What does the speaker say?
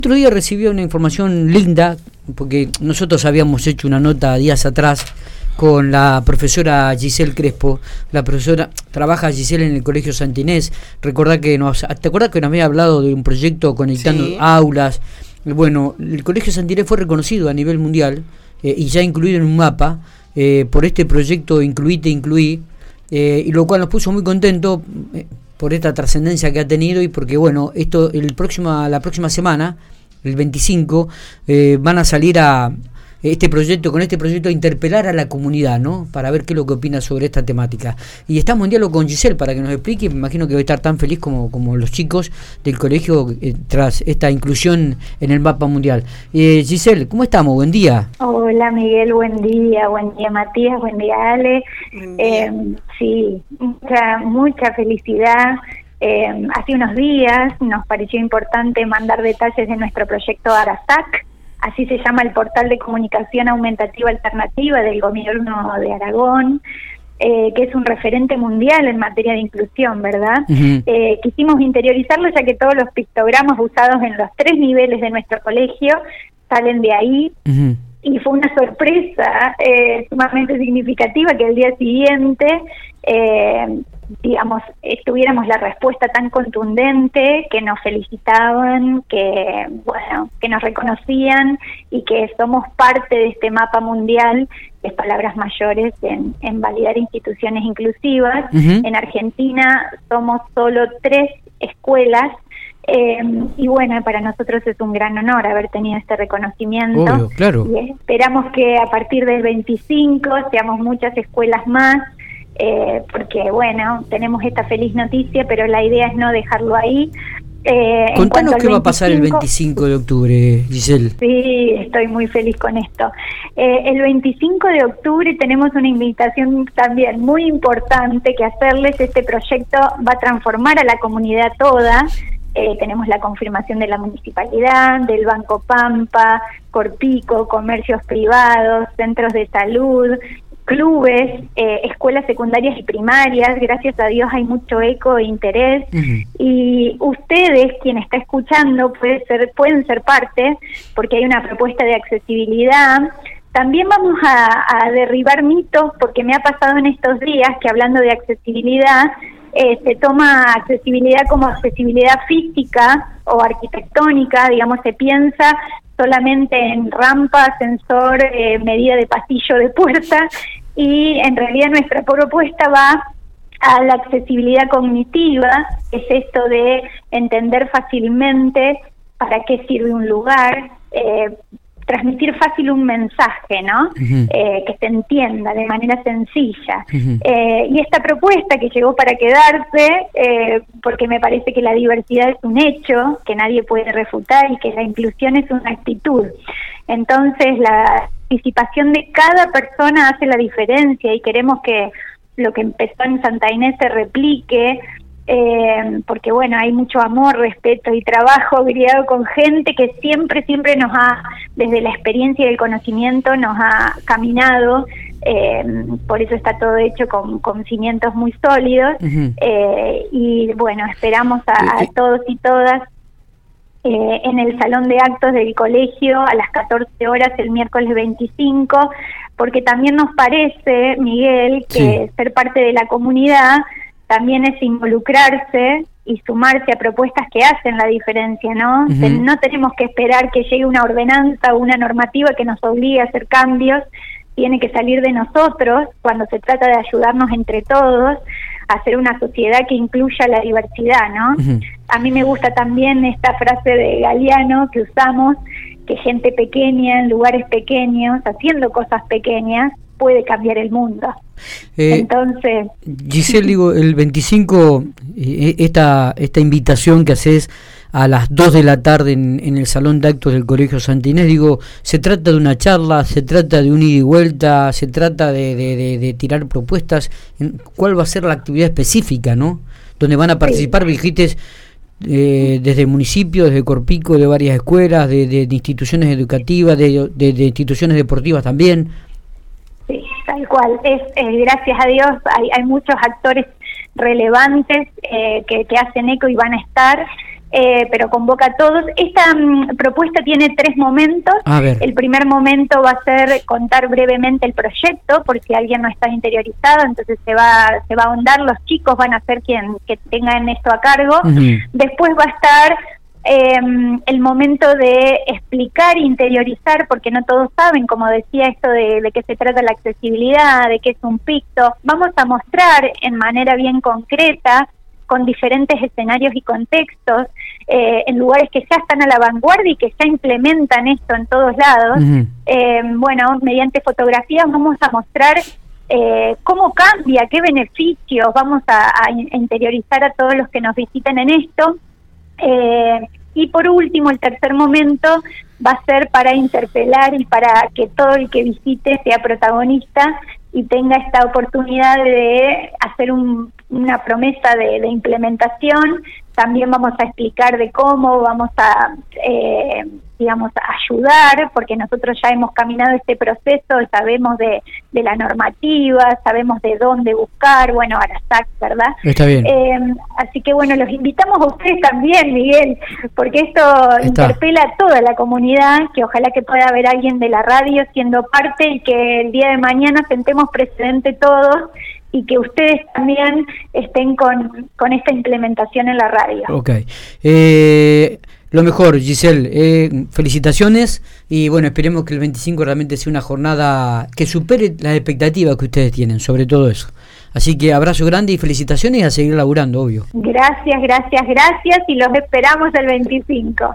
Otro día recibí una información linda, porque nosotros habíamos hecho una nota días atrás con la profesora Giselle Crespo. La profesora trabaja Giselle en el Colegio Santa Inés. ¿Te acordás que nos había hablado de un proyecto conectando aulas? Bueno, el Colegio Santa Inés fue reconocido a nivel mundial y ya incluido en un mapa por este proyecto Incluite, Incluí, y lo cual nos puso muy contentos por esta trascendencia que ha tenido y porque, bueno, la próxima semana, el 25, van a salir con este proyecto a interpelar a la comunidad, ¿no? Para ver qué es lo que opina sobre esta temática. Y estamos en diálogo con Giselle para que nos explique. Me imagino que va a estar tan feliz como los chicos del colegio tras esta inclusión en el mapa mundial. Giselle, ¿cómo estamos? Buen día. Hola Miguel, buen día Matías, buen día Ale. Sí, mucha felicidad. Hace unos días nos pareció importante mandar detalles de nuestro proyecto ARASAC. Así se llama el portal de comunicación aumentativa alternativa del gobierno de Aragón, que es un referente mundial en materia de inclusión, ¿verdad? Quisimos interiorizarlo ya que todos los pictogramas usados en los 3 niveles de nuestro colegio salen de ahí. Y fue una sorpresa sumamente significativa que el día siguiente tuviéramos la respuesta tan contundente, que nos felicitaban, que nos reconocían y que somos parte de este mapa mundial, que es palabras mayores en validar instituciones inclusivas. En Argentina somos solo 3 escuelas. Y bueno, para nosotros es un gran honor haber tenido este reconocimiento. Obvio, claro. Y esperamos que a partir del 25 seamos muchas escuelas más, porque bueno, tenemos esta feliz noticia, pero la idea es no dejarlo ahí. Contanos qué va a pasar el 25 de octubre, Giselle. Sí, estoy muy feliz con esto. El 25 de octubre tenemos una invitación también muy importante que hacerles. Este proyecto va a transformar a la comunidad toda. Tenemos la confirmación de la municipalidad, del Banco Pampa, Corpico, comercios privados, centros de salud, clubes, escuelas secundarias y primarias. Gracias a Dios hay mucho eco e interés. Y ustedes, quien está escuchando, pueden ser parte, porque hay una propuesta de accesibilidad. También vamos a derribar mitos, porque me ha pasado en estos días que, hablando de accesibilidad, se toma accesibilidad como accesibilidad física o arquitectónica. Digamos, se piensa solamente en rampa, ascensor, medida de pasillo de puerta, y en realidad nuestra propuesta va a la accesibilidad cognitiva, que es esto de entender fácilmente para qué sirve un lugar, transmitir fácil un mensaje, ¿no? Que se entienda de manera sencilla. Y esta propuesta que llegó para quedarse, porque me parece que la diversidad es un hecho que nadie puede refutar y que la inclusión es una actitud. Entonces, la participación de cada persona hace la diferencia, y queremos que lo que empezó en Santa Inés se replique, porque bueno, hay mucho amor, respeto y trabajo criado con gente que siempre nos ha, desde la experiencia y el conocimiento, nos ha caminado. Por eso está todo hecho con cimientos muy sólidos. Y bueno, esperamos a todos y todas en el salón de actos del colegio a las 14 horas el miércoles 25, porque también nos parece, Miguel, que ser parte de la comunidad también es involucrarse y sumarse a propuestas que hacen la diferencia, ¿no? No tenemos que esperar que llegue una ordenanza o una normativa que nos obligue a hacer cambios. Tiene que salir de nosotros, cuando se trata de ayudarnos entre todos a hacer una sociedad que incluya la diversidad, ¿no? A mí me gusta también esta frase de Galeano que usamos, que gente pequeña en lugares pequeños, haciendo cosas pequeñas, puede cambiar el mundo. Entonces, Giselle, digo, el 25, esta invitación que haces a las 2 de la tarde en el salón de actos del Colegio Santa Inés, digo, se trata de una charla, se trata de un ida y vuelta, se trata de tirar propuestas. ¿Cuál va a ser la actividad específica, no? Donde van a participar, dijiste, desde el municipio, desde Corpico, de varias escuelas, de instituciones educativas, de instituciones deportivas también. Sí, tal cual. Gracias a Dios hay muchos actores relevantes que hacen eco y van a estar. pero convoca a todos. Esta propuesta tiene 3 momentos. El primer momento va a ser contar brevemente el proyecto, por si alguien no está interiorizado, entonces se va a ahondar, los chicos van a ser que tengan esto a cargo. Después va a estar el momento de explicar, interiorizar, porque no todos saben, como decía, esto de qué se trata la accesibilidad, de qué es un picto. Vamos a mostrar en manera bien concreta, con diferentes escenarios y contextos, en lugares que ya están a la vanguardia y que ya implementan esto en todos lados. Bueno, mediante fotografías vamos a mostrar cómo cambia, qué beneficios, vamos a interiorizar a todos los que nos visiten en esto. Y por último, el tercer momento va a ser para interpelar y para que todo el que visite sea protagonista y tenga esta oportunidad de hacer una promesa de implementación. También vamos a explicar de cómo vamos a, digamos, a ayudar, porque nosotros ya hemos caminado este proceso, sabemos de la normativa, sabemos de dónde buscar, bueno, Arasac, ¿verdad? Está bien. Así que bueno, los invitamos a ustedes también, Miguel, porque esto interpela a toda la comunidad, que ojalá que pueda haber alguien de la radio siendo parte y que el día de mañana sentemos precedente todos y que ustedes también estén con esta implementación en la radio. Ok. Lo mejor, Giselle, felicitaciones y bueno, esperemos que el 25 realmente sea una jornada que supere las expectativas que ustedes tienen, sobre todo eso. Así que abrazo grande y felicitaciones y a seguir laburando, obvio. Gracias y los esperamos el 25.